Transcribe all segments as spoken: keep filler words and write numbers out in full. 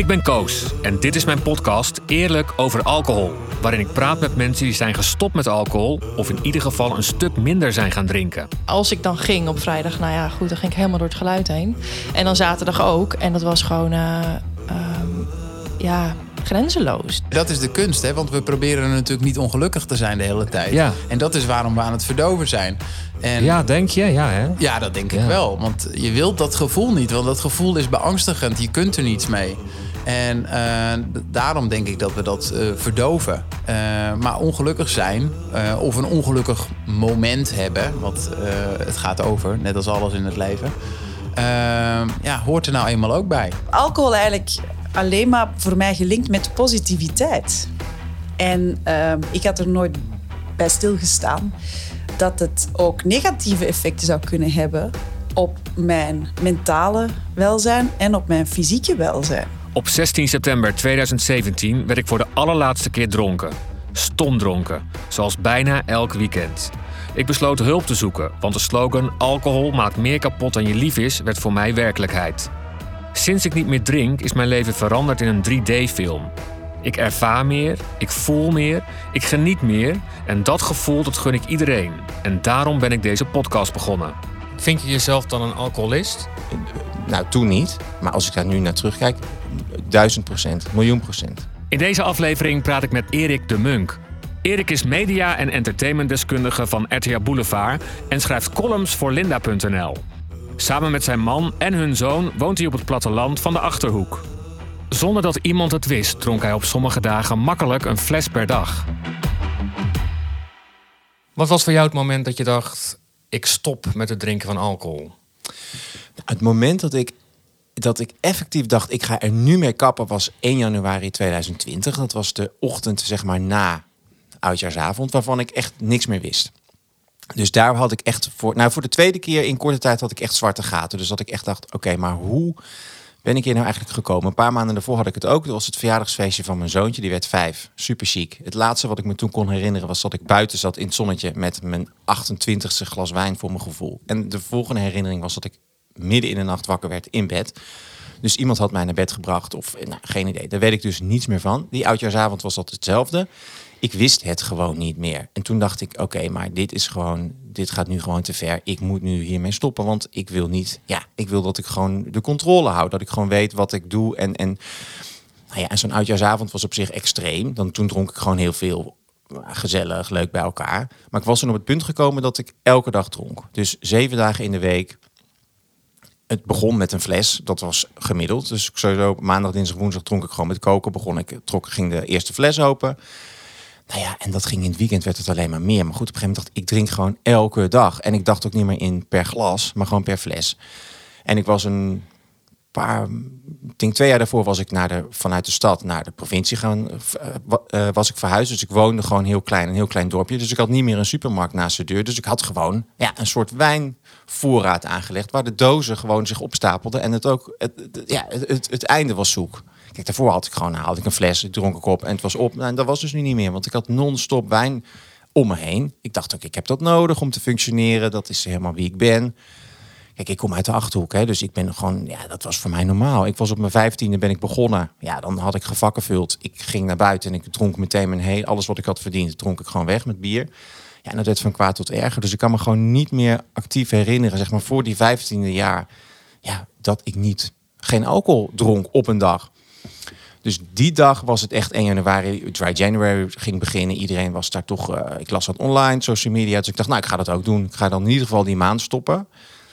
Ik ben Koos en dit is mijn podcast Eerlijk over alcohol. Waarin ik praat met mensen die zijn gestopt met alcohol of in ieder geval een stuk minder zijn gaan drinken. Als ik dan ging op vrijdag, nou ja goed, dan ging ik helemaal door het geluid heen. En dan zaterdag ook. En dat was gewoon, uh, um, ja, grenzeloos. Dat is de kunst, hè? Want we proberen natuurlijk niet ongelukkig te zijn de hele tijd. Ja. En dat is waarom we aan het verdoven zijn. En ja, denk je? Ja, hè? Ja, dat denk ik ja. wel. Want je wilt dat gevoel niet, want dat gevoel is beangstigend. Je kunt er niets mee. En uh, daarom denk ik dat we dat uh, verdoven. Uh, maar ongelukkig zijn uh, of een ongelukkig moment hebben, wat uh, het gaat over, net als alles in het leven, uh, ja, hoort er nou eenmaal ook bij. Alcohol eigenlijk alleen maar voor mij gelinkt met positiviteit. En uh, ik had er nooit bij stilgestaan dat het ook negatieve effecten zou kunnen hebben op mijn mentale welzijn en op mijn fysieke welzijn. Op zestien september tweeduizend zeventien werd ik voor de allerlaatste keer dronken. Stomdronken, zoals bijna elk weekend. Ik besloot hulp te zoeken, want de slogan alcohol maakt meer kapot dan je lief is, werd voor mij werkelijkheid. Sinds ik niet meer drink, is mijn leven veranderd in een drie D-film. Ik ervaar meer, ik voel meer, ik geniet meer en dat gevoel dat gun ik iedereen. En daarom ben ik deze podcast begonnen. Vind je jezelf dan een alcoholist? Nou, toen niet. Maar als ik daar nu naar terugkijk, duizend procent, miljoen procent. In deze aflevering praat ik met Erik de Munk. Erik is media- en entertainmentdeskundige van R T L Boulevard en schrijft columns voor Linda punt n l. Samen met zijn man en hun zoon woont hij op het platteland van de Achterhoek. Zonder dat iemand het wist, dronk hij op sommige dagen makkelijk een fles per dag. Wat was voor jou het moment dat je dacht, ik stop met het drinken van alcohol? Het moment dat ik, dat ik effectief dacht, ik ga er nu mee kappen, was één januari tweeduizend twintig. Dat was de ochtend, zeg maar, na oudjaarsavond, waarvan ik echt niks meer wist. Dus daar had ik echt voor, nou voor de tweede keer in korte tijd had ik echt zwarte gaten. Dus dat ik echt dacht, oké, okay, maar hoe ben ik hier nou eigenlijk gekomen? Een paar maanden daarvoor had ik het ook. Dat was het verjaardagsfeestje van mijn zoontje. Die werd vijf. Super chic. Het laatste wat ik me toen kon herinneren was dat ik buiten zat in het zonnetje met mijn achtentwintigste glas wijn voor mijn gevoel. En de volgende herinnering was dat ik midden in de nacht wakker werd in bed. Dus iemand had mij naar bed gebracht of nou, geen idee. Daar weet ik dus niets meer van. Die oudjaarsavond was dat hetzelfde. Ik wist het gewoon niet meer. En toen dacht ik, oké, okay, maar dit is gewoon, dit gaat nu gewoon te ver. Ik moet nu hiermee stoppen, want ik wil niet, ja, ik wil dat ik gewoon de controle hou. Dat ik gewoon weet wat ik doe. En, en, nou ja, en zo'n oudjaarsavond was op zich extreem. Dan, toen dronk ik gewoon heel veel, gezellig, leuk bij elkaar. Maar ik was toen op het punt gekomen dat ik elke dag dronk. Dus zeven dagen in de week. Het begon met een fles, dat was gemiddeld. Dus sowieso maandag, dinsdag, woensdag dronk ik gewoon met koken. Begon ik, trok, ging de eerste fles open. Nou ja, en dat ging in het weekend, werd het alleen maar meer. Maar goed, op een gegeven moment dacht ik, ik drink gewoon elke dag. En ik dacht ook niet meer in per glas, maar gewoon per fles. En ik was een paar, ik denk twee jaar daarvoor was ik naar de, vanuit de stad naar de provincie gaan, uh, was ik verhuisd. Dus ik woonde gewoon heel klein, een heel klein dorpje. Dus ik had niet meer een supermarkt naast de deur. Dus ik had gewoon ja, een soort wijnvoorraad aangelegd, waar de dozen gewoon zich opstapelden. En het ook, het, het, ja, het, het, het einde was zoek. Kijk, daarvoor had ik gewoon, haalde ik een fles, dronk ik op en het was op. En dat was dus nu niet meer, want ik had non-stop wijn om me heen. Ik dacht ook, ik heb dat nodig om te functioneren. Dat is helemaal wie ik ben. Kijk, ik kom uit de Achterhoek, hè, dus ik ben gewoon, ja, dat was voor mij normaal. Ik was op mijn vijftiende ben ik begonnen. Ja, dan had ik gevakkevuld. Ik ging naar buiten en ik dronk meteen mijn heel, alles wat ik had verdiend, dronk ik gewoon weg met bier. Ja, en dat werd van kwaad tot erger. Dus ik kan me gewoon niet meer actief herinneren, zeg maar, voor die vijftiende jaar, ja, dat ik niet, geen alcohol dronk op een dag. Dus die dag was het echt één januari, Dry January ging beginnen. Iedereen was daar toch, uh, ik las dat online, social media. Dus ik dacht, nou, ik ga dat ook doen. Ik ga dan in ieder geval die maand stoppen.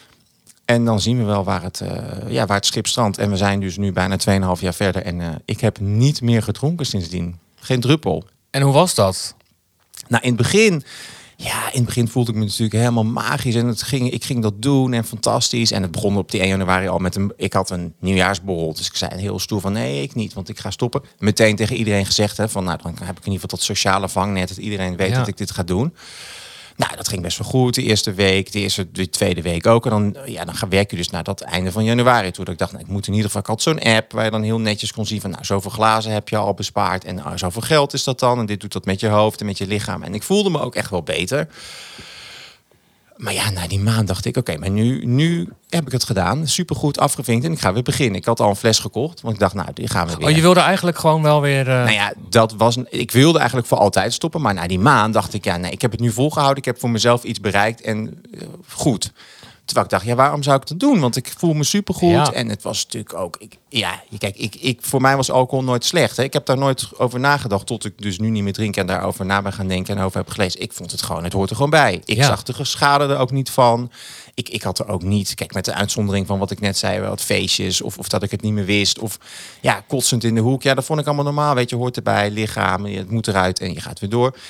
En dan zien we wel waar het, uh, ja, waar het schip strandt. En we zijn dus nu bijna twee en een half jaar verder. En uh, ik heb niet meer gedronken sindsdien. Geen druppel. En hoe was dat? Nou, in het begin, ja, in het begin voelde ik me natuurlijk helemaal magisch. En het ging, ik ging dat doen en fantastisch. En het begon op die één januari al met een, ik had een nieuwjaarsborrel. Dus ik zei heel stoer van, nee, ik niet, want ik ga stoppen. Meteen tegen iedereen gezegd, hè, van, nou, dan heb ik in ieder geval dat sociale vangnet. Dat iedereen weet ja. dat ik dit ga doen. Nou, dat ging best wel goed. De eerste week, de eerste, de tweede week ook. En dan, ja, dan werk je dus naar dat einde van januari toe. Dat ik dacht, nou, ik moet in ieder geval, ik had zo'n app waar je dan heel netjes kon zien van, nou, zoveel glazen heb je al bespaard. En nou, zoveel geld is dat dan. En dit doet dat met je hoofd en met je lichaam. En ik voelde me ook echt wel beter. Maar ja, na die maand dacht ik, oké, okay, maar nu, nu heb ik het gedaan. Supergoed afgevinkt en ik ga weer beginnen. Ik had al een fles gekocht, want ik dacht, nou, die gaan we weer. Oh, je wilde eigenlijk gewoon wel weer... Uh... Nou ja, dat was... Ik wilde eigenlijk voor altijd stoppen. Maar na die maand dacht ik, ja, nee, ik heb het nu volgehouden. Ik heb voor mezelf iets bereikt en uh, goed. Terwijl ik dacht, ja, waarom zou ik dat doen? Want ik voel me supergoed. Ja. En het was natuurlijk ook... Ik, ja, kijk, ik, ik, voor mij was alcohol nooit slecht. Hè. Ik heb daar nooit over nagedacht. Tot ik dus nu niet meer drink en daarover na ben gaan denken en over heb gelezen. Ik vond het gewoon, het hoort er gewoon bij. Ik ja. zag de schade er ook niet van. Ik, ik had er ook niet... Kijk, met de uitzondering van wat ik net zei, wat feestjes. Of, of dat ik het niet meer wist. Of ja, kotsend in de hoek. Ja, dat vond ik allemaal normaal. Weet je, hoort erbij. Lichaam, het moet eruit en je gaat weer door.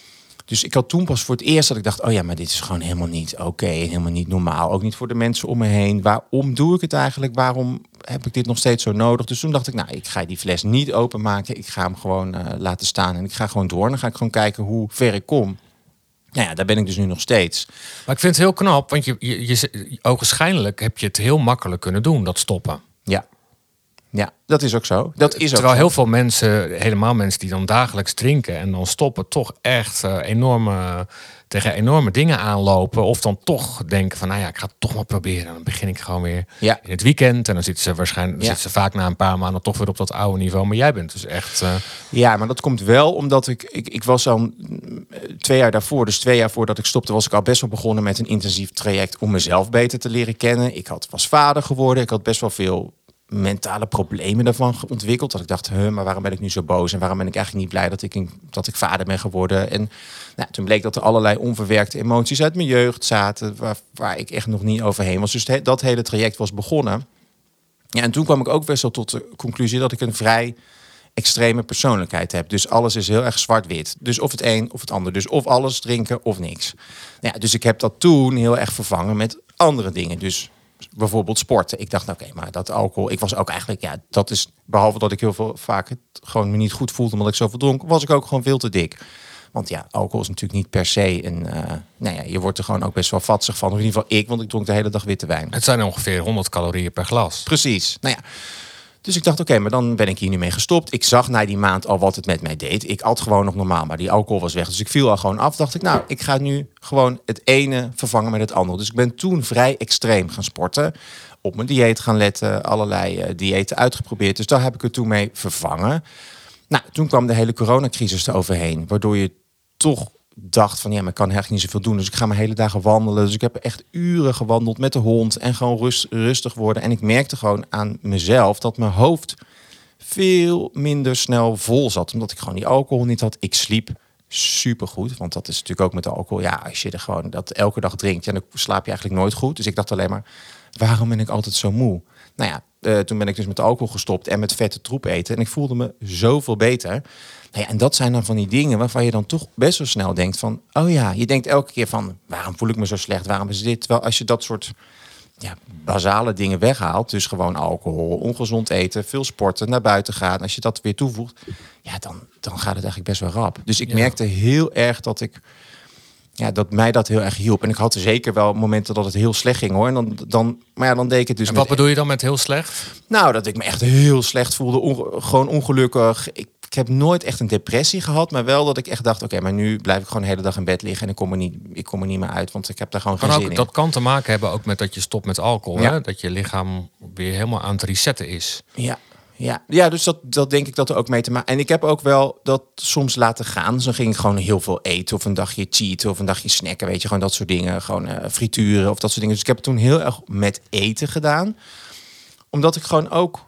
Dus ik had toen pas voor het eerst dat ik dacht... oh ja, maar dit is gewoon helemaal niet oké, okay, helemaal niet normaal. Ook niet voor de mensen om me heen. Waarom doe ik het eigenlijk? Waarom heb ik dit nog steeds zo nodig? Dus toen dacht ik, nou, ik ga die fles niet openmaken. Ik ga hem gewoon uh, laten staan en ik ga gewoon door. En dan ga ik gewoon kijken hoe ver ik kom. Nou ja, daar ben ik dus nu nog steeds. Maar ik vind het heel knap, want je, je, je, ogenschijnlijk heb je het heel makkelijk kunnen doen, dat stoppen. Ja. Ja, dat is ook zo. Dat is Terwijl ook heel veel mensen, helemaal mensen die dan dagelijks drinken en dan stoppen, toch echt uh, enorme, tegen enorme dingen aanlopen. Of dan toch denken van, nou ja, ik ga het toch maar proberen. En dan begin ik gewoon weer ja. in het weekend. En dan zitten ze waarschijnlijk ja. zitten ze vaak na een paar maanden toch weer op dat oude niveau. Maar jij bent dus echt... Uh... Ja, maar dat komt wel omdat ik, ik... Ik was al twee jaar daarvoor, dus twee jaar voordat ik stopte, was ik al best wel begonnen met een intensief traject om mezelf beter te leren kennen. Ik had, was vader geworden. Ik had best wel veel mentale problemen daarvan ontwikkeld. Dat ik dacht, huh, maar waarom ben ik nu zo boos? En waarom ben ik eigenlijk niet blij dat ik, dat ik vader ben geworden? En nou, toen bleek dat er allerlei onverwerkte emoties uit mijn jeugd zaten, waar, waar ik echt nog niet overheen was. Dus dat hele traject was begonnen. Ja, en toen kwam ik ook best wel tot de conclusie dat ik een vrij extreme persoonlijkheid heb. Dus alles is heel erg zwart-wit. Dus of het een of het ander. Dus of alles drinken of niks. Nou ja, dus ik heb dat toen heel erg vervangen met andere dingen. Dus bijvoorbeeld sporten. Ik dacht, oké, okay, maar dat alcohol... Ik was ook eigenlijk, ja, dat is... Behalve dat ik heel veel vaak het gewoon me niet goed voelde omdat ik zoveel dronk, was ik ook gewoon veel te dik. Want ja, alcohol is natuurlijk niet per se een... Uh, nou ja, je wordt er gewoon ook best wel vatsig van. Of in ieder geval ik, want ik dronk de hele dag witte wijn. Het zijn ongeveer honderd calorieën per glas. Precies. Nou ja. Dus ik dacht, oké, okay, maar dan ben ik hier nu mee gestopt. Ik zag na die maand al wat het met mij deed. Ik at gewoon nog normaal, maar die alcohol was weg. Dus ik viel al gewoon af. Dacht ik, nou, ik ga nu gewoon het ene vervangen met het andere. Dus ik ben toen vrij extreem gaan sporten. Op mijn dieet gaan letten. Allerlei uh, diëten uitgeprobeerd. Dus daar heb ik het toen mee vervangen. Nou, toen kwam de hele coronacrisis eroverheen. Waardoor je toch dacht van, ja, maar ik kan eigenlijk niet zoveel doen. Dus ik ga mijn hele dagen wandelen. Dus ik heb echt uren gewandeld met de hond en gewoon rust, rustig worden. En ik merkte gewoon aan mezelf dat mijn hoofd veel minder snel vol zat. Omdat ik gewoon die alcohol niet had. Ik sliep supergoed. Want dat is natuurlijk ook met de alcohol. Ja, als je er gewoon dat elke dag drinkt, ja, dan slaap je eigenlijk nooit goed. Dus ik dacht alleen maar, waarom ben ik altijd zo moe? Nou ja, uh, toen ben ik dus met de alcohol gestopt en met vette troep eten. En ik voelde me zoveel beter. Nou ja, en dat zijn dan van die dingen waarvan je dan toch best wel snel denkt van, oh ja, je denkt elke keer van, waarom voel ik me zo slecht? Waarom is dit? Terwijl als je dat soort ja, basale dingen weghaalt, dus gewoon alcohol, ongezond eten, veel sporten, naar buiten gaan, als je dat weer toevoegt, ja, dan, dan gaat het eigenlijk best wel rap. Dus ik ja. merkte heel erg dat ik, ja, dat mij dat heel erg hielp. En ik had er zeker wel momenten dat het heel slecht ging, hoor. En dan, dan, maar ja, dan deed ik het dus. En wat met, bedoel je dan met heel slecht? Nou, dat ik me echt heel slecht voelde, onge, gewoon ongelukkig. Ik, ik heb nooit echt een depressie gehad, maar wel dat ik echt dacht, oké, okay, maar nu blijf ik gewoon de hele dag in bed liggen en ik kom er niet, ik kom er niet meer uit, want ik heb daar gewoon kan geen ook, zin in. Dat kan te maken hebben ook met dat je stopt met alcohol, ja. hè? Dat je lichaam weer helemaal aan het resetten is. Ja. Ja, ja, dus dat, dat denk ik dat er ook mee te maken. En ik heb ook wel dat soms laten gaan. Dus dan ging ik gewoon heel veel eten of een dagje cheaten of een dagje snacken, weet je, gewoon dat soort dingen, gewoon uh, frituren of dat soort dingen. Dus ik heb het toen heel erg met eten gedaan, omdat ik gewoon ook,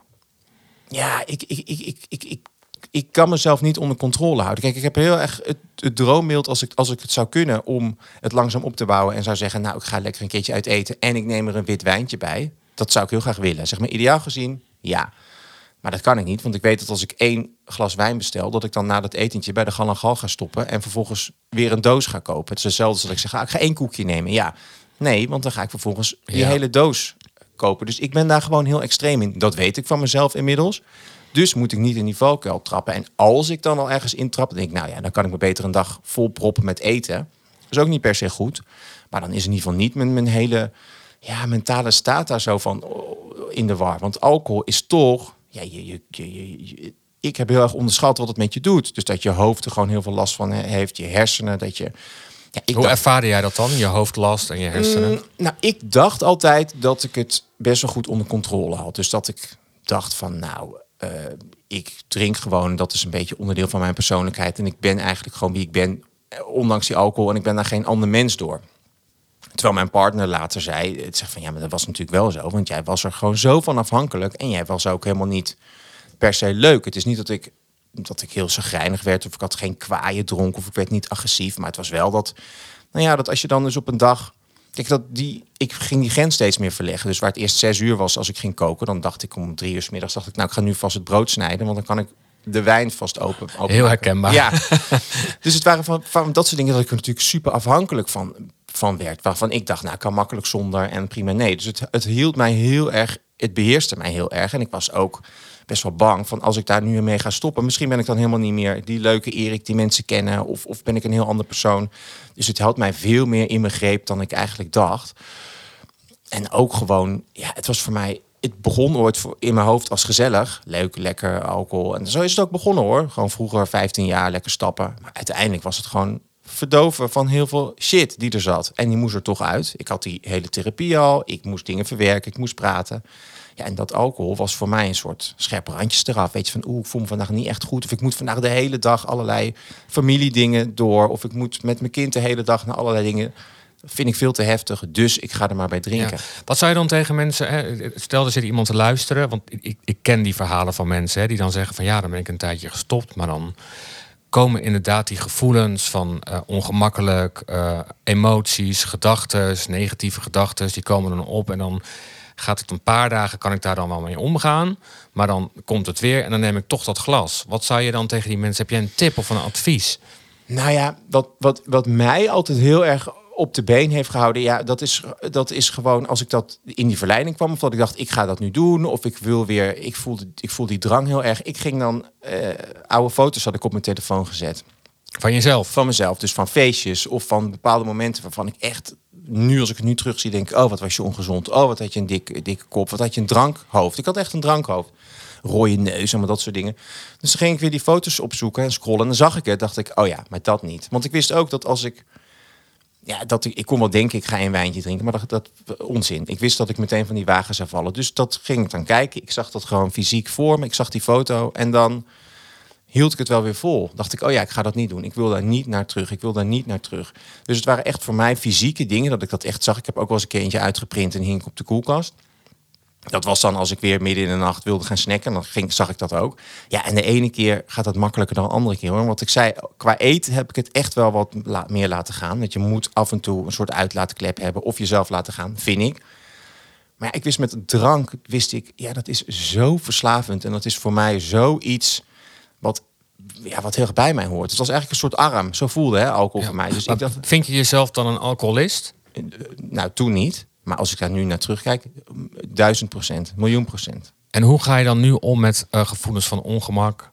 ja, ik, ik, ik, ik, ik, ik, ik kan mezelf niet onder controle houden. Kijk, ik heb heel erg het, het droombeeld als ik, als ik het zou kunnen om het langzaam op te bouwen en zou zeggen, nou, ik ga lekker een keertje uit eten en ik neem er een wit wijntje bij. Dat zou ik heel graag willen. Zeg maar, ideaal gezien, ja. Maar dat kan ik niet, want ik weet dat als ik één glas wijn bestel, dat ik dan na dat etentje bij de Gal en Gal ga stoppen en vervolgens weer een doos ga kopen. Het is hetzelfde als dat ik zeg, ah, ik ga één koekje nemen. Ja, nee, want dan ga ik vervolgens die ja. hele doos kopen. Dus ik ben daar gewoon heel extreem in. Dat weet ik van mezelf inmiddels. Dus moet ik niet in die valkuil trappen. En als ik dan al ergens intrap, dan denk ik, nou ja, dan kan ik me beter een dag vol proppen met eten. Dat is ook niet per se goed. Maar dan is in ieder geval niet mijn, mijn hele ja, mentale staat daar zo van oh, in de war. Want alcohol is toch, ja, je, je, je, je, ik heb heel erg onderschat wat het met je doet. Dus dat je hoofd er gewoon heel veel last van heeft, je hersenen, dat je, Ja, ik Hoe dacht, ervaarde jij dat dan? Je hoofdlast en je hersenen? Mm, nou, ik dacht altijd dat ik het best wel goed onder controle had. Dus dat ik dacht van, nou, uh, ik drink gewoon. Dat is een beetje onderdeel van mijn persoonlijkheid. En ik ben eigenlijk gewoon wie ik ben, ondanks die alcohol. En ik ben daar geen ander mens door. Terwijl mijn partner later zei, het zegt van, ja, maar dat was natuurlijk wel zo. Want jij was er gewoon zo van afhankelijk. En jij was ook helemaal niet per se leuk. Het is niet dat ik, dat ik heel chagrijnig werd. Of ik had geen kwaaie dronken. Of ik werd niet agressief. Maar het was wel dat, nou ja, dat als je dan dus op een dag... Kijk, dat die, ik ging die grens steeds meer verleggen. Dus waar het eerst zes uur was als ik ging koken, dan dacht ik om drie uur 's middags, dacht ik, nou, ik ga nu vast het brood snijden, want dan kan ik de wijn vast open. open Heel herkenbaar. Ja. Dus het waren van, van dat soort dingen dat ik er natuurlijk super afhankelijk van, van werd. Waarvan ik dacht, nou, ik kan makkelijk zonder en prima nee. Dus het, het hield mij heel erg, het beheerste mij heel erg. En ik was ook best wel bang van, als ik daar nu mee ga stoppen, misschien ben ik dan helemaal niet meer die leuke Erik die mensen kennen, of, of ben ik een heel ander persoon. Dus het houdt mij veel meer in mijn greep dan ik eigenlijk dacht. En ook gewoon, ja, het was voor mij, het begon ooit voor, in mijn hoofd als gezellig. Leuk, lekker, alcohol. En zo is het ook begonnen hoor. Gewoon vroeger, vijftien jaar, lekker stappen. Maar uiteindelijk was het gewoon verdoven van heel veel shit die er zat. En die moest er toch uit. Ik had die hele therapie al. Ik moest dingen verwerken, ik moest praten. Ja, en dat alcohol was voor mij een soort scherpe randjes eraf. Weet je, van oeh, ik voel me vandaag niet echt goed. Of ik moet vandaag de hele dag allerlei familiedingen door. Of ik moet met mijn kind de hele dag naar allerlei dingen. Dat vind ik veel te heftig, dus ik ga er maar bij drinken. Ja. Wat zou je dan tegen mensen... Hè, stel, er zit iemand te luisteren. Want ik, ik ken die verhalen van mensen, hè, die dan zeggen van, ja, dan ben ik een tijdje gestopt. Maar dan komen inderdaad die gevoelens van uh, ongemakkelijk, uh, emoties, gedachten, negatieve gedachten, die komen dan op. En dan gaat het een paar dagen, kan ik daar dan wel mee omgaan. Maar dan komt het weer en dan neem ik toch dat glas. Wat zou je dan tegen die mensen... Heb jij een tip of een advies? Nou ja, wat, wat, wat mij altijd heel erg op de been heeft gehouden, ja, dat is, dat is gewoon als ik dat in die verleiding kwam, of dat ik dacht, ik ga dat nu doen, of ik wil weer, ik voel, ik voel die drang heel erg. Ik ging dan, uh, oude foto's had ik op mijn telefoon gezet. Van jezelf? Van mezelf, dus van feestjes of van bepaalde momenten waarvan ik echt, nu als ik het nu terugzie, denk ik, oh, wat was je ongezond, oh, wat had je een dikke, dikke kop, wat had je een drankhoofd. Ik had echt een drankhoofd. Rode neus en dat soort dingen. Dus dan ging ik weer die foto's opzoeken en scrollen. En dan zag ik het, dacht ik, oh ja, maar dat niet. Want ik wist ook dat als ik, ja, dat ik, ik kon wel denken, ik ga een wijntje drinken, maar dat, dat onzin. Ik wist dat ik meteen van die wagen zou vallen. Dus dat ging ik dan kijken. Ik zag dat gewoon fysiek voor me. Ik zag die foto en dan hield ik het wel weer vol. Dacht ik, oh ja, ik ga dat niet doen. Ik wil daar niet naar terug. Ik wil daar niet naar terug. Dus het waren echt voor mij fysieke dingen dat ik dat echt zag. Ik heb ook wel eens een keer eentje uitgeprint en hing ik op de koelkast. Dat was dan als ik weer midden in de nacht wilde gaan snacken. Dan ging, zag ik dat ook. Ja, en de ene keer gaat dat makkelijker dan de andere keer. Hoor. Want ik zei, qua eten heb ik het echt wel wat la- meer laten gaan. Dat je moet af en toe een soort uitlaatklep hebben. Of jezelf laten gaan, vind ik. Maar ja, ik wist met drank, wist ik, ja, dat is zo verslavend. En dat is voor mij zoiets wat, ja, wat heel erg bij mij hoort. Het was eigenlijk een soort arm. Zo voelde hè, alcohol Ja, voor mij. Dus maar ik dacht, vind je jezelf dan een alcoholist? nou, toen niet. Maar als ik daar nu naar terugkijk, duizend procent, miljoen procent. En hoe ga je dan nu om met uh, gevoelens van ongemak?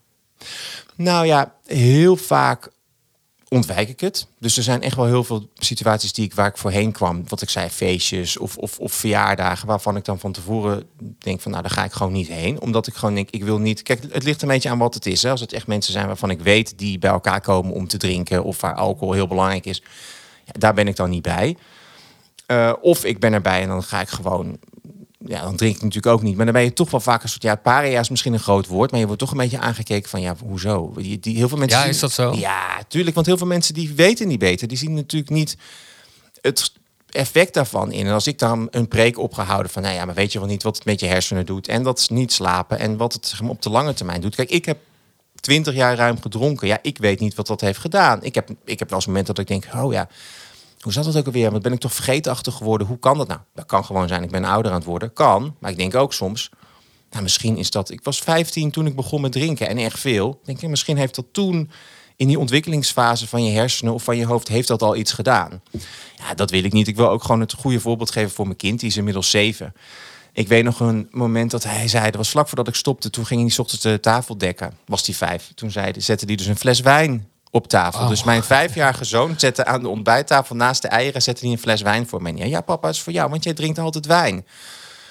Nou ja, heel vaak ontwijk ik het. Dus er zijn echt wel heel veel situaties die ik, waar ik voorheen kwam. Wat ik zei, feestjes of, of, of verjaardagen, waarvan ik dan van tevoren denk van, nou, daar ga ik gewoon niet heen. Omdat ik gewoon denk, ik wil niet. Kijk, het ligt een beetje aan wat het is. Hè. Als het echt mensen zijn waarvan ik weet die bij elkaar komen om te drinken, of waar alcohol heel belangrijk is, ja, daar ben ik dan niet bij. Uh, of ik ben erbij en dan ga ik gewoon, ja, dan drink ik natuurlijk ook niet. Maar dan ben je toch wel vaak een soort, ja, paria is misschien een groot woord, maar je wordt toch een beetje aangekeken van, ja, hoezo? Die, die, heel veel mensen Ja, zien, is dat zo? Ja, tuurlijk, want heel veel mensen die weten niet beter. Die zien natuurlijk niet het effect daarvan in. En als ik dan een preek opgehouden van, nou ja, maar weet je wel niet wat het met je hersenen doet en dat is niet slapen en wat het, zeg maar, op de lange termijn doet. Kijk, ik heb twintig jaar ruim gedronken. Ja, ik weet niet wat dat heeft gedaan. Ik heb, ik heb wel eens een moment dat ik denk, oh ja, hoe zat dat ook alweer? Want ben ik toch vergeetachtig geworden? Hoe kan dat nou? Dat kan gewoon zijn, ik ben ouder aan het worden. Kan, maar ik denk ook soms, nou, misschien is dat, ik was vijftien toen ik begon met drinken en echt veel. Denk ik, misschien heeft dat toen in die ontwikkelingsfase van je hersenen of van je hoofd heeft dat al iets gedaan. Ja, dat wil ik niet. Ik wil ook gewoon het goede voorbeeld geven voor mijn kind. Die is inmiddels zeven. Ik weet nog een moment dat hij zei, dat was vlak voordat ik stopte, toen ging hij 's ochtends de tafel dekken. Was hij vijf. Toen zei, zette hij dus een fles wijn op tafel. Oh. Dus mijn vijfjarige zoon zette aan de ontbijttafel naast de eieren, zette hij een fles wijn voor mij neer. Ja, papa, het is voor jou, want jij drinkt altijd wijn.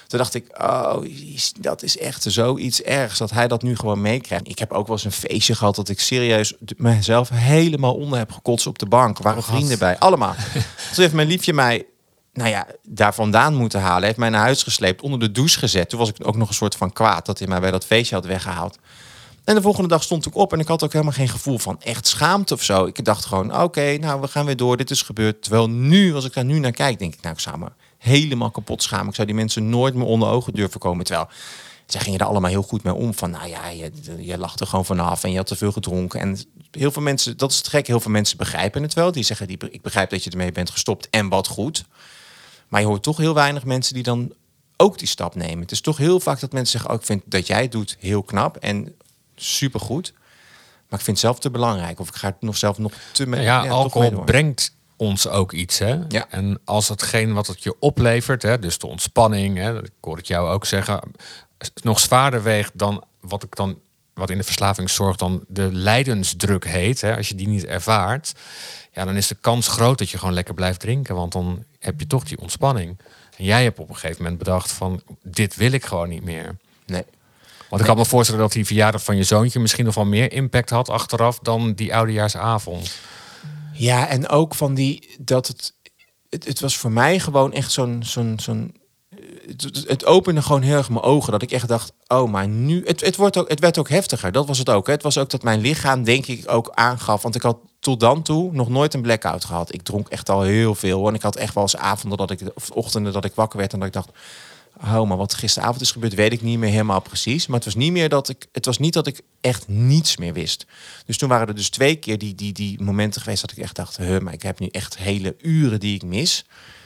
Toen dacht ik, oh, dat is echt zoiets ergs dat hij dat nu gewoon meekrijgt. Ik heb ook wel eens een feestje gehad dat ik serieus mezelf helemaal onder heb gekotst op de bank. Er waren Oh, vrienden bij, allemaal. Toen heeft mijn liefje mij, nou ja, daar vandaan moeten halen. Heeft mij naar huis gesleept, onder de douche gezet. Toen was ik ook nog een soort van kwaad dat hij mij bij dat feestje had weggehaald. En de volgende dag stond ik op en ik had ook helemaal geen gevoel van echt schaamte of zo. Ik dacht gewoon, oké, okay, nou, we gaan weer door. Dit is gebeurd. Terwijl nu, als ik daar nu naar kijk, denk ik, nou, ik zou me helemaal kapot schamen. Ik zou die mensen nooit meer onder ogen durven komen. Terwijl, zij gingen er allemaal heel goed mee om. Van, nou ja, je, je lacht er gewoon vanaf en je had te veel gedronken. En heel veel mensen, dat is het gek, heel veel mensen begrijpen het wel. Die zeggen, die, ik begrijp dat je ermee bent gestopt en wat goed. Maar je hoort toch heel weinig mensen die dan ook die stap nemen. Het is toch heel vaak dat mensen zeggen, oh, ik vind dat jij het doet heel knap en supergoed. Maar ik vind het zelf te belangrijk. Of ik ga het nog zelf nog te mee. Ja, ja alcohol brengt ons ook iets. Hè? Ja. En als hetgeen wat het je oplevert, hè, dus de ontspanning, hè, ik hoor het jou ook zeggen, nog zwaarder weegt dan wat ik dan, wat in de verslavingszorg dan de lijdensdruk heet. Hè, als je die niet ervaart, ja, dan is de kans groot dat je gewoon lekker blijft drinken. Want dan heb je toch die ontspanning. En jij hebt op een gegeven moment bedacht van, dit wil ik gewoon niet meer. Nee. Want ik kan me voorstellen dat die verjaardag van je zoontje misschien nog wel meer impact had achteraf dan die oudejaarsavond. Ja, en ook van die dat het, het, het was voor mij gewoon echt zo'n zo'n zo'n het, het opende gewoon heel erg mijn ogen dat ik echt dacht, oh, maar nu het, het wordt ook het werd ook heftiger. Dat was het ook. Hè. Het was ook dat mijn lichaam denk ik ook aangaf, want ik had tot dan toe nog nooit een blackout gehad. Ik dronk echt al heel veel en ik had echt wel eens avonden dat ik of ochtenden dat ik wakker werd en dat ik dacht, oh, maar wat gisteravond is gebeurd, weet ik niet meer helemaal precies. Maar het was niet meer dat ik, het was niet dat ik echt niets meer wist. Dus toen waren er dus twee keer die, die, die momenten geweest dat ik echt dacht, huh, maar ik heb nu echt hele uren die ik mis.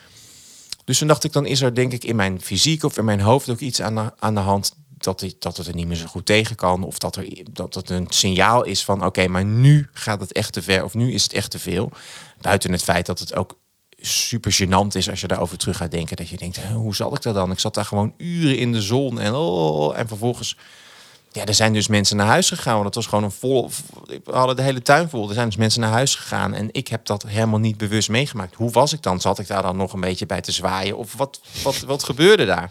Dus toen dacht ik, dan is er denk ik in mijn fysiek of in mijn hoofd ook iets aan de, aan de hand dat, ik, dat het er niet meer zo goed tegen kan. Of dat, er, dat het een signaal is van, oké, okay, maar nu gaat het echt te ver of nu is het echt te veel. Buiten het feit dat het ook super gênant is als je daarover terug gaat denken. Dat je denkt, hoe zal ik dat dan? Ik zat daar gewoon uren in de zon. En, oh, en vervolgens, ja, er zijn dus mensen naar huis gegaan. Want het was gewoon een vol, we hadden de hele tuin vol. Er zijn dus mensen naar huis gegaan. En ik heb dat helemaal niet bewust meegemaakt. Hoe was ik dan? Zat ik daar dan nog een beetje bij te zwaaien? Of wat, wat, wat gebeurde daar?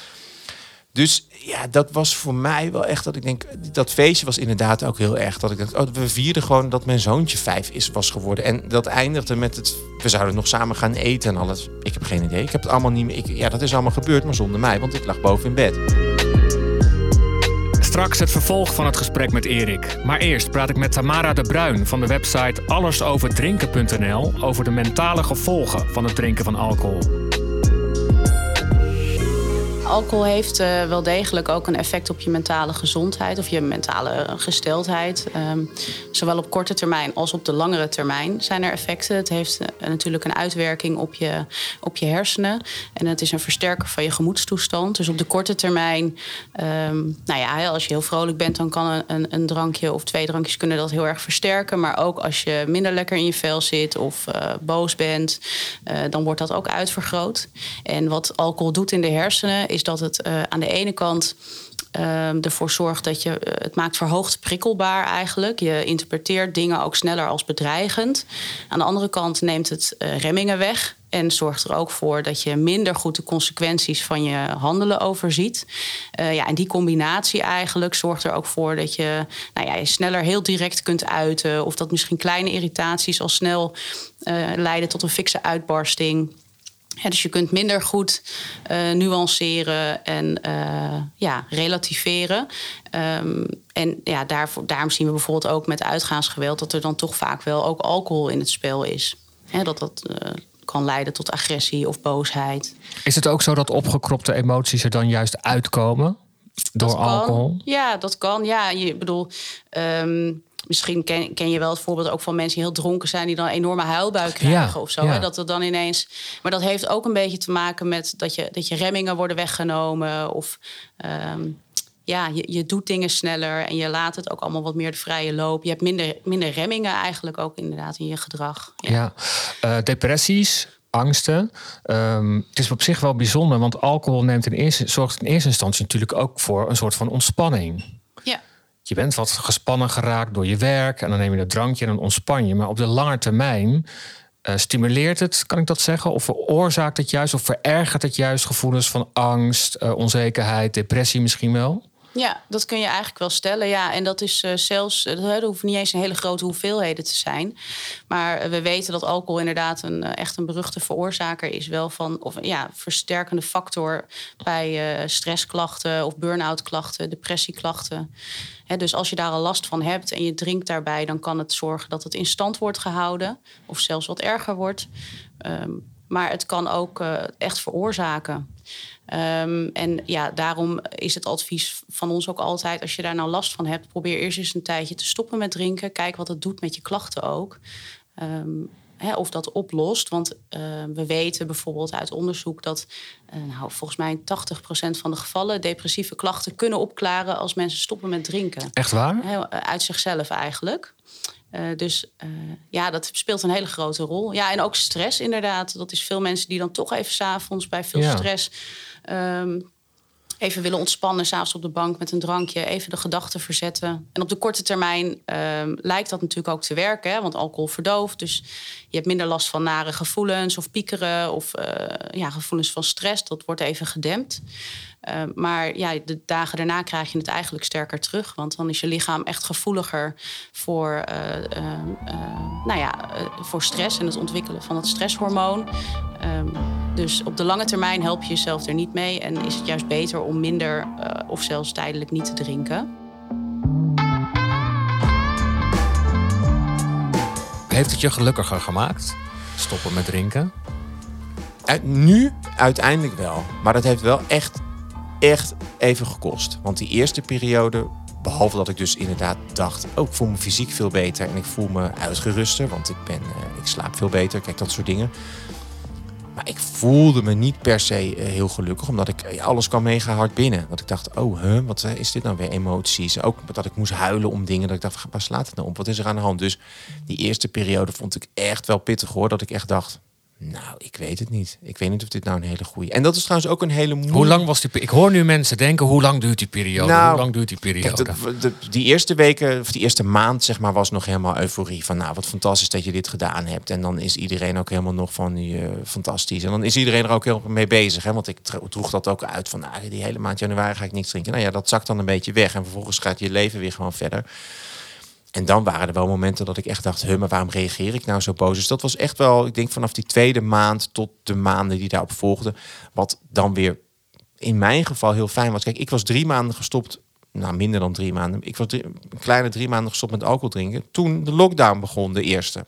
Dus ja, dat was voor mij wel echt dat ik denk, dat feestje was inderdaad ook heel erg. Dat ik dacht, oh, we vierden gewoon dat mijn zoontje vijf is, was geworden. En dat eindigde met het, we zouden nog samen gaan eten en alles. Ik heb geen idee. Ik heb het allemaal niet meer. Ik, ja, dat is allemaal gebeurd, maar zonder mij, want ik lag boven in bed. Straks het vervolg van het gesprek met Erik. Maar eerst praat ik met Tamara de Bruin van de website allesoverdrinken punt n l over de mentale gevolgen van het drinken van alcohol. Alcohol heeft uh, wel degelijk ook een effect op je mentale gezondheid of je mentale gesteldheid. Um, zowel op korte termijn als op de langere termijn zijn er effecten. Het heeft uh, natuurlijk een uitwerking op je, op je hersenen. En het is een versterker van je gemoedstoestand. Dus op de korte termijn, um, nou ja, als je heel vrolijk bent, dan kan een, een, een drankje of twee drankjes kunnen dat heel erg versterken. Maar ook als je minder lekker in je vel zit of uh, boos bent, uh, dan wordt dat ook uitvergroot. En wat alcohol doet in de hersenen is dat het uh, aan de ene kant uh, ervoor zorgt dat je... Uh, het maakt verhoogd prikkelbaar eigenlijk. Je interpreteert dingen ook sneller als bedreigend. Aan de andere kant neemt het uh, remmingen weg. En zorgt er ook voor dat je minder goed de consequenties van je handelen overziet. Uh, ja, en die combinatie eigenlijk zorgt er ook voor dat je, nou ja, je sneller heel direct kunt uiten. Of dat misschien kleine irritaties al snel uh, leiden tot een fikse uitbarsting. Ja, dus je kunt minder goed uh, nuanceren en uh, ja, relativeren. Um, en ja, daarvoor, daarom zien we bijvoorbeeld ook met uitgaansgeweld dat er dan toch vaak wel ook alcohol in het spel is. Hè, dat dat uh, kan leiden tot agressie of boosheid. Is het ook zo dat opgekropte emoties er dan juist uitkomen door dat kan. alcohol? Ja, dat kan. Ja, je bedoel... Um, Misschien ken, ken je wel het voorbeeld ook van mensen die heel dronken zijn, die dan een enorme huilbui krijgen ja, of zo. Ja. Hè? Dat er dan ineens. Maar dat heeft ook een beetje te maken met dat je, dat je remmingen worden weggenomen. Of um, ja, je, je doet dingen sneller en je laat het ook allemaal wat meer de vrije loop. Je hebt minder, minder remmingen eigenlijk ook inderdaad in je gedrag. Ja, ja. Uh, depressies. Angsten. Um, het is op zich wel bijzonder, want alcohol neemt in eerste, zorgt in eerste instantie natuurlijk ook voor een soort van ontspanning. Ja. Je bent wat gespannen geraakt door je werk en dan neem je een drankje en dan ontspan je. Maar op de lange termijn Uh, stimuleert het, kan ik dat zeggen? Of veroorzaakt het juist? Of verergert het juist gevoelens van angst, uh, onzekerheid, depressie misschien wel? Ja, dat kun je eigenlijk wel stellen. Ja, en dat is uh, zelfs, dat hoeft niet eens een hele grote hoeveelheden te zijn. Maar uh, we weten dat alcohol inderdaad een, uh, echt een beruchte veroorzaker is. Wel van, of ja, versterkende factor bij uh, stressklachten of burn-out klachten, depressieklachten. He, dus als je daar al last van hebt en je drinkt daarbij, dan kan het zorgen dat het in stand wordt gehouden. Of zelfs wat erger wordt. Um, maar het kan ook uh, echt veroorzaken. Um, en ja, daarom is het advies van ons ook altijd, als je daar nou last van hebt, probeer eerst eens een tijdje te stoppen met drinken. Kijk wat het doet met je klachten ook. Um, hè, of dat oplost. Want uh, we weten bijvoorbeeld uit onderzoek dat uh, nou, volgens mij tachtig procent van de gevallen depressieve klachten kunnen opklaren als mensen stoppen met drinken. Echt waar? Hè, uit zichzelf eigenlijk. Uh, dus uh, ja, dat speelt een hele grote rol. Ja, en ook stress inderdaad. Dat is veel mensen die dan toch even 's avonds bij veel ja. stress Um, even willen ontspannen, 's avonds op de bank met een drankje, even de gedachten verzetten. En op de korte termijn um, lijkt dat natuurlijk ook te werken, hè, want alcohol verdooft. Dus je hebt minder last van nare gevoelens of piekeren of uh, ja, gevoelens van stress. Dat wordt even gedempt. Uh, maar ja, de dagen daarna krijg je het eigenlijk sterker terug. Want dan is je lichaam echt gevoeliger voor, uh, uh, uh, nou ja, uh, voor stress en het ontwikkelen van het stresshormoon. Um, dus op de lange termijn help je jezelf er niet mee. En is het juist beter om minder uh, of zelfs tijdelijk niet te drinken. Heeft het je gelukkiger gemaakt? Stoppen met drinken? Uh, nu uiteindelijk wel. Maar dat heeft wel echt, echt even gekost. Want die eerste periode, behalve dat ik dus inderdaad dacht, oh, ik voel me fysiek veel beter en ik voel me uitgeruster, want ik, ben, uh, ik slaap veel beter, kijk, dat soort dingen. Maar ik voelde me niet per se uh, heel gelukkig, omdat ik uh, alles kwam mega hard binnen. Dat ik dacht, oh, huh, wat uh, is dit nou weer, emoties? Ook dat ik moest huilen om dingen, dat ik dacht, waar slaat het nou op? Wat is er aan de hand? Dus die eerste periode vond ik echt wel pittig, hoor. Dat ik echt dacht, nou, ik weet het niet. Ik weet niet of dit nou een hele goede... En dat is trouwens ook een hele moeilijke... Hoe lang was die... Ik hoor nu mensen denken, hoe lang duurt die periode? Nou, hoe lang duurt die periode? Kijk, de, de, die eerste weken, of die eerste maand, zeg maar, was nog helemaal euforie. Van, nou, wat fantastisch dat je dit gedaan hebt. En dan is iedereen ook helemaal nog van, uh, fantastisch. En dan is iedereen er ook heel mee bezig. Hè? Want ik droeg dat ook uit van, nou, die hele maand januari ga ik niks drinken. Nou ja, dat zakt dan een beetje weg. En vervolgens gaat je leven weer gewoon verder. En dan waren er wel momenten dat ik echt dacht, huh, maar waarom reageer ik nou zo boos? Dus dat was echt wel, ik denk vanaf die tweede maand tot de maanden die daarop volgden, wat dan weer in mijn geval heel fijn was. Kijk, ik was drie maanden gestopt, nou minder dan drie maanden. Ik was drie, een kleine drie maanden gestopt met alcohol drinken toen de lockdown begon, de eerste.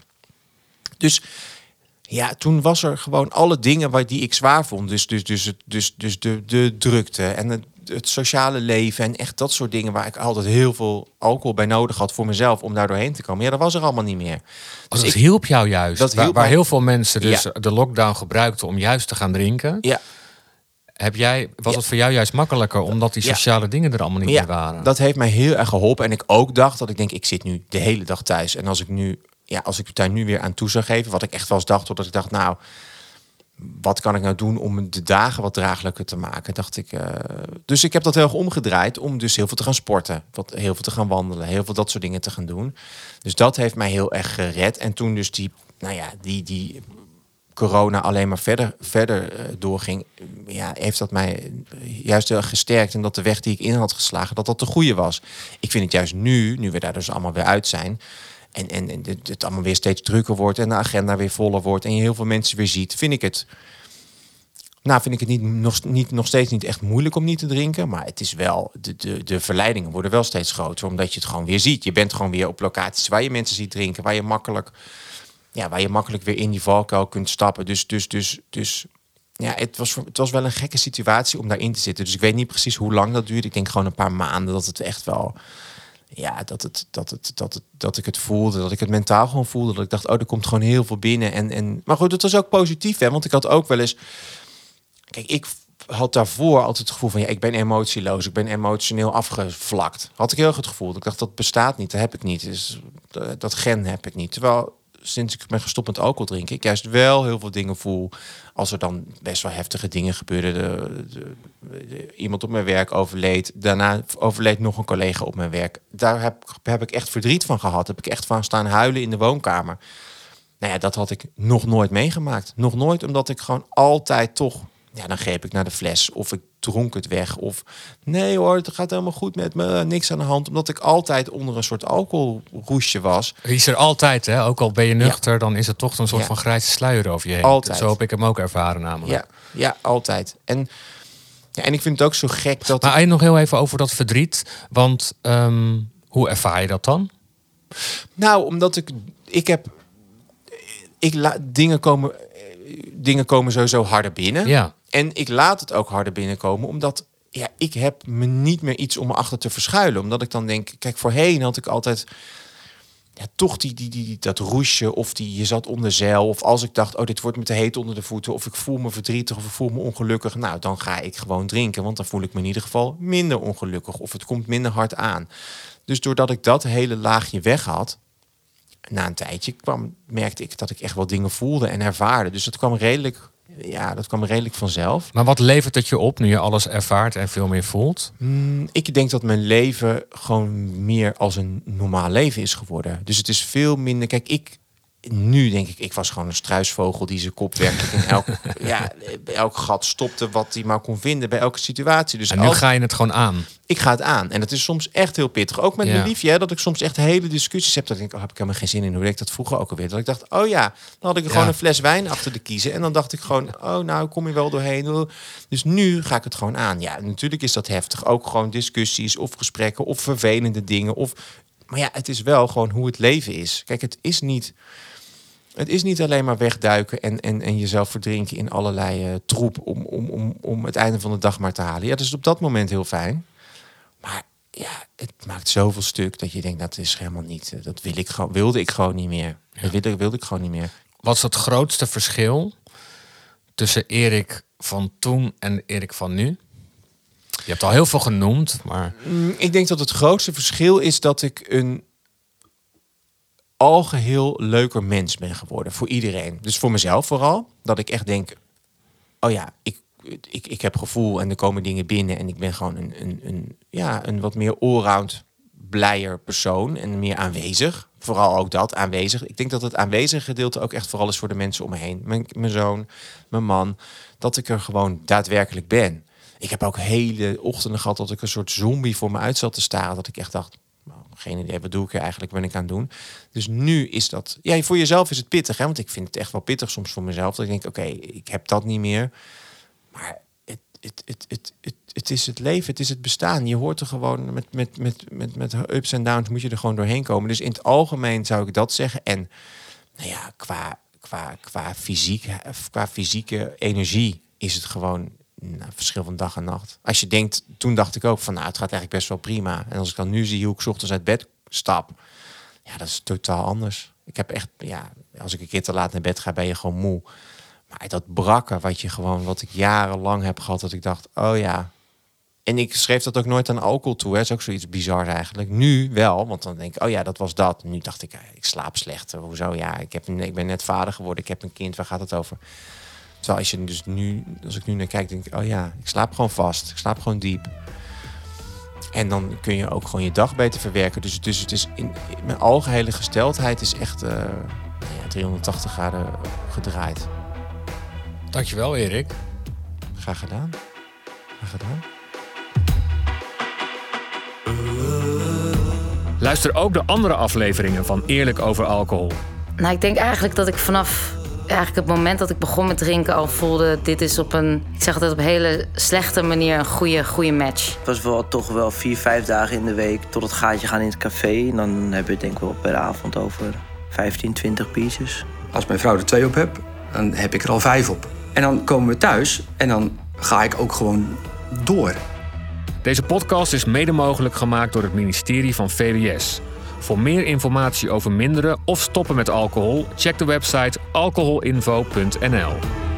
Dus ja, toen was er gewoon alle dingen waar die ik zwaar vond. Dus, dus, dus, dus, dus, dus de, de drukte en het, het sociale leven en echt dat soort dingen waar ik altijd heel veel alcohol bij nodig had voor mezelf om daar doorheen te komen. Ja, dat was er allemaal niet meer. Dus dat ik, hielp jou juist. Dat waar, hielp waar mij. heel veel mensen dus Ja. de lockdown gebruikten om juist te gaan drinken. Ja. Heb jij, was Ja. het voor jou juist makkelijker omdat die Ja. sociale dingen er allemaal niet Ja, meer waren? dat heeft mij heel erg geholpen. En ik ook dacht dat ik denk, ik zit nu de hele dag thuis. En als ik nu, ja, als ik daar nu weer aan toe zou geven, wat ik echt wel eens dacht, dat ik dacht, nou, wat kan ik nou doen om de dagen wat draaglijker te maken? Dacht ik. Uh, dus ik heb dat heel erg omgedraaid om dus heel veel te gaan sporten, wat heel veel te gaan wandelen, heel veel dat soort dingen te gaan doen. Dus dat heeft mij heel erg gered. En toen dus die, nou ja, die, die corona alleen maar verder, verder uh, doorging, ja, heeft dat mij juist heel erg gesterkt. En dat de weg die ik in had geslagen, dat dat de goede was. Ik vind het juist nu, nu we daar dus allemaal weer uit zijn, En, en, en het, het allemaal weer steeds drukker wordt en de agenda weer voller wordt en je heel veel mensen weer ziet, vind ik het, nou vind ik het niet, nog, niet, nog steeds niet echt moeilijk om niet te drinken. Maar het is wel, de, de, de verleidingen worden wel steeds groter, omdat je het gewoon weer ziet. Je bent gewoon weer op locaties waar je mensen ziet drinken, waar je makkelijk, ja, waar je makkelijk weer in die valkuil kunt stappen. Dus, dus, dus, dus ja, het was, het was wel een gekke situatie om daarin te zitten. Dus ik weet niet precies hoe lang dat duurt. Ik denk gewoon een paar maanden dat het echt wel, ja, dat, het, dat, het, dat, het, dat ik het voelde, dat ik het mentaal gewoon voelde. Dat ik dacht, oh, er komt gewoon heel veel binnen. En, en, maar goed, het was ook positief, hè? Want ik had ook wel eens, kijk, ik had daarvoor altijd het gevoel van, ja, ik ben emotieloos, ik ben emotioneel afgevlakt. Had ik heel erg het gevoel. Ik dacht, dat bestaat niet, dat heb ik niet. Dus, dat gen heb ik niet. Terwijl sinds ik ben gestopt met alcohol drinken, ik juist wel heel veel dingen voel. Als er dan best wel heftige dingen gebeurden. De, de, de, iemand op mijn werk overleed. Daarna overleed nog een collega op mijn werk. Daar heb, heb ik echt verdriet van gehad. Heb ik echt van staan huilen in de woonkamer. Nou ja, dat had ik nog nooit meegemaakt. Nog nooit, omdat ik gewoon altijd toch... Ja, dan greep ik naar de fles of ik dronk het weg. Of nee hoor, het gaat helemaal goed met me, niks aan de hand. Omdat ik altijd onder een soort alcoholroesje was. Die is er altijd, hè? Ook al ben je nuchter, ja. dan is het toch een soort ja. van grijze sluier over je heen. Altijd. Zo heb ik hem ook ervaren namelijk. Ja, ja altijd. En, ja, en ik vind het ook zo gek dat... Maar ik... nog heel even over dat verdriet. Want um, hoe ervaar je dat dan? Nou, omdat ik... Ik heb... Ik la, dingen komen... Dingen komen sowieso harder binnen. Ja. En ik laat het ook harder binnenkomen, omdat ja, ik heb me niet meer iets om me achter te verschuilen. Omdat ik dan denk, kijk, voorheen had ik altijd ja, toch die, die, die, dat roesje of die je zat onder zeil. Of als ik dacht, oh, dit wordt me te heet onder de voeten. Of ik voel me verdrietig of ik voel me ongelukkig. Nou, dan ga ik gewoon drinken, want dan voel ik me in ieder geval minder ongelukkig. Of het komt minder hard aan. Dus doordat ik dat hele laagje weg had, na een tijdje kwam, merkte ik dat ik echt wel dingen voelde en ervaarde. Dus dat kwam redelijk, ja, dat kwam redelijk vanzelf. Maar wat levert het je op nu je alles ervaart en veel meer voelt? Mm, ik denk dat mijn leven gewoon meer als een normaal leven is geworden. Dus het is veel minder... Kijk, ik... Nu denk ik, ik was gewoon een struisvogel die zijn kop werkelijk in elk, ja, elk gat stopte wat hij maar kon vinden bij elke situatie. Dus en nu als... ga je het gewoon aan. Ik ga het aan. En dat is soms echt heel pittig. Ook met ja. mijn liefje, hè, dat ik soms echt hele discussies heb. Dat ik denk, oh, heb ik helemaal geen zin in. Hoe deed ik dat vroeger ook alweer? Dat ik dacht, oh ja, dan had ik er gewoon ja. een fles wijn achter de kiezen. En dan dacht ik gewoon, oh nou, kom je wel doorheen. Dus nu ga ik het gewoon aan. Ja, natuurlijk is dat heftig. Ook gewoon discussies of gesprekken of vervelende dingen. Of... Maar ja, het is wel gewoon hoe het leven is. Kijk, het is niet... Het is niet alleen maar wegduiken en, en, en jezelf verdrinken in allerlei uh, troep om, om, om, om het einde van de dag maar te halen. Ja, dat is op dat moment heel fijn. Maar ja, het maakt zoveel stuk dat je denkt, dat is helemaal niet. Uh, dat wil ik gewoon, wilde ik gewoon niet meer. Ja. Dat wilde, wilde ik gewoon niet meer. Wat is het grootste verschil tussen Erik van toen en Erik van nu? Je hebt al heel veel genoemd, maar... Mm, ik denk dat het grootste verschil is dat ik een algeheel leuker mens ben geworden. Voor iedereen. Dus voor mezelf vooral. Dat ik echt denk, oh ja, ik, ik, ik heb gevoel en er komen dingen binnen. En ik ben gewoon een, een, een, ja, een wat meer allround blijer persoon. En meer aanwezig. Vooral ook dat, aanwezig. Ik denk dat het aanwezige gedeelte ook echt vooral is voor de mensen om me heen. Mijn, mijn zoon, mijn man. Dat ik er gewoon daadwerkelijk ben. Ik heb ook hele ochtenden gehad dat ik een soort zombie voor me uit zat te staren. Dat ik echt dacht, nou, geen idee, wat doe ik er eigenlijk, wat ben ik aan het doen? Dus nu is dat... Ja, voor jezelf is het pittig, hè? Want ik vind het echt wel pittig soms voor mezelf. Dat ik denk, oké, okay, ik heb dat niet meer. Maar het, het, het, het, het, het is het leven, het is het bestaan. Je hoort er gewoon met, met, met, met, met ups en downs moet je er gewoon doorheen komen. Dus in het algemeen zou ik dat zeggen. En nou ja, qua, qua, qua, fysiek, qua fysieke energie is het gewoon... Nou, verschil van dag en nacht. Als je denkt, toen dacht ik ook van, nou, het gaat eigenlijk best wel prima. En als ik dan nu zie hoe ik 's ochtends uit bed stap, ja, dat is totaal anders. Ik heb echt, ja, als ik een keer te laat naar bed ga, ben je gewoon moe. Maar dat brakken, wat je gewoon, wat ik jarenlang heb gehad, dat ik dacht, oh ja. En ik schreef dat ook nooit aan alcohol toe. Hè. Dat is ook zoiets bizar eigenlijk. Nu wel, want dan denk ik, oh ja, dat was dat. Nu dacht ik, ik slaap slecht. Hoezo? Ja, ik, heb, ik ben net vader geworden. Ik heb een kind. Waar gaat het over? Terwijl als je dus nu, als ik nu naar kijk, denk ik, oh ja, ik slaap gewoon vast. Ik slaap gewoon diep. En dan kun je ook gewoon je dag beter verwerken. Dus, dus het is in, in mijn algehele gesteldheid is echt uh, ja, driehonderdtachtig graden gedraaid. Dankjewel, Erik. Graag gedaan. Graag gedaan. Luister ook de andere afleveringen van Eerlijk over alcohol. Nou, ik denk eigenlijk dat ik vanaf eigenlijk het moment dat ik begon met drinken al voelde, dit is op een, ik zeg altijd op een hele slechte manier een goede, goede match. Het was wel toch wel vier, vijf dagen in de week tot het gaatje gaan in het café. En dan hebben we het denk ik wel per avond over vijftien, twintig biertjes. Als mijn vrouw er twee op heb, dan heb ik er al vijf op. En dan komen we thuis en dan ga ik ook gewoon door. Deze podcast is mede mogelijk gemaakt door het ministerie van V W S. Voor meer informatie over minderen of stoppen met alcohol, check de website alcoholinfo punt n l.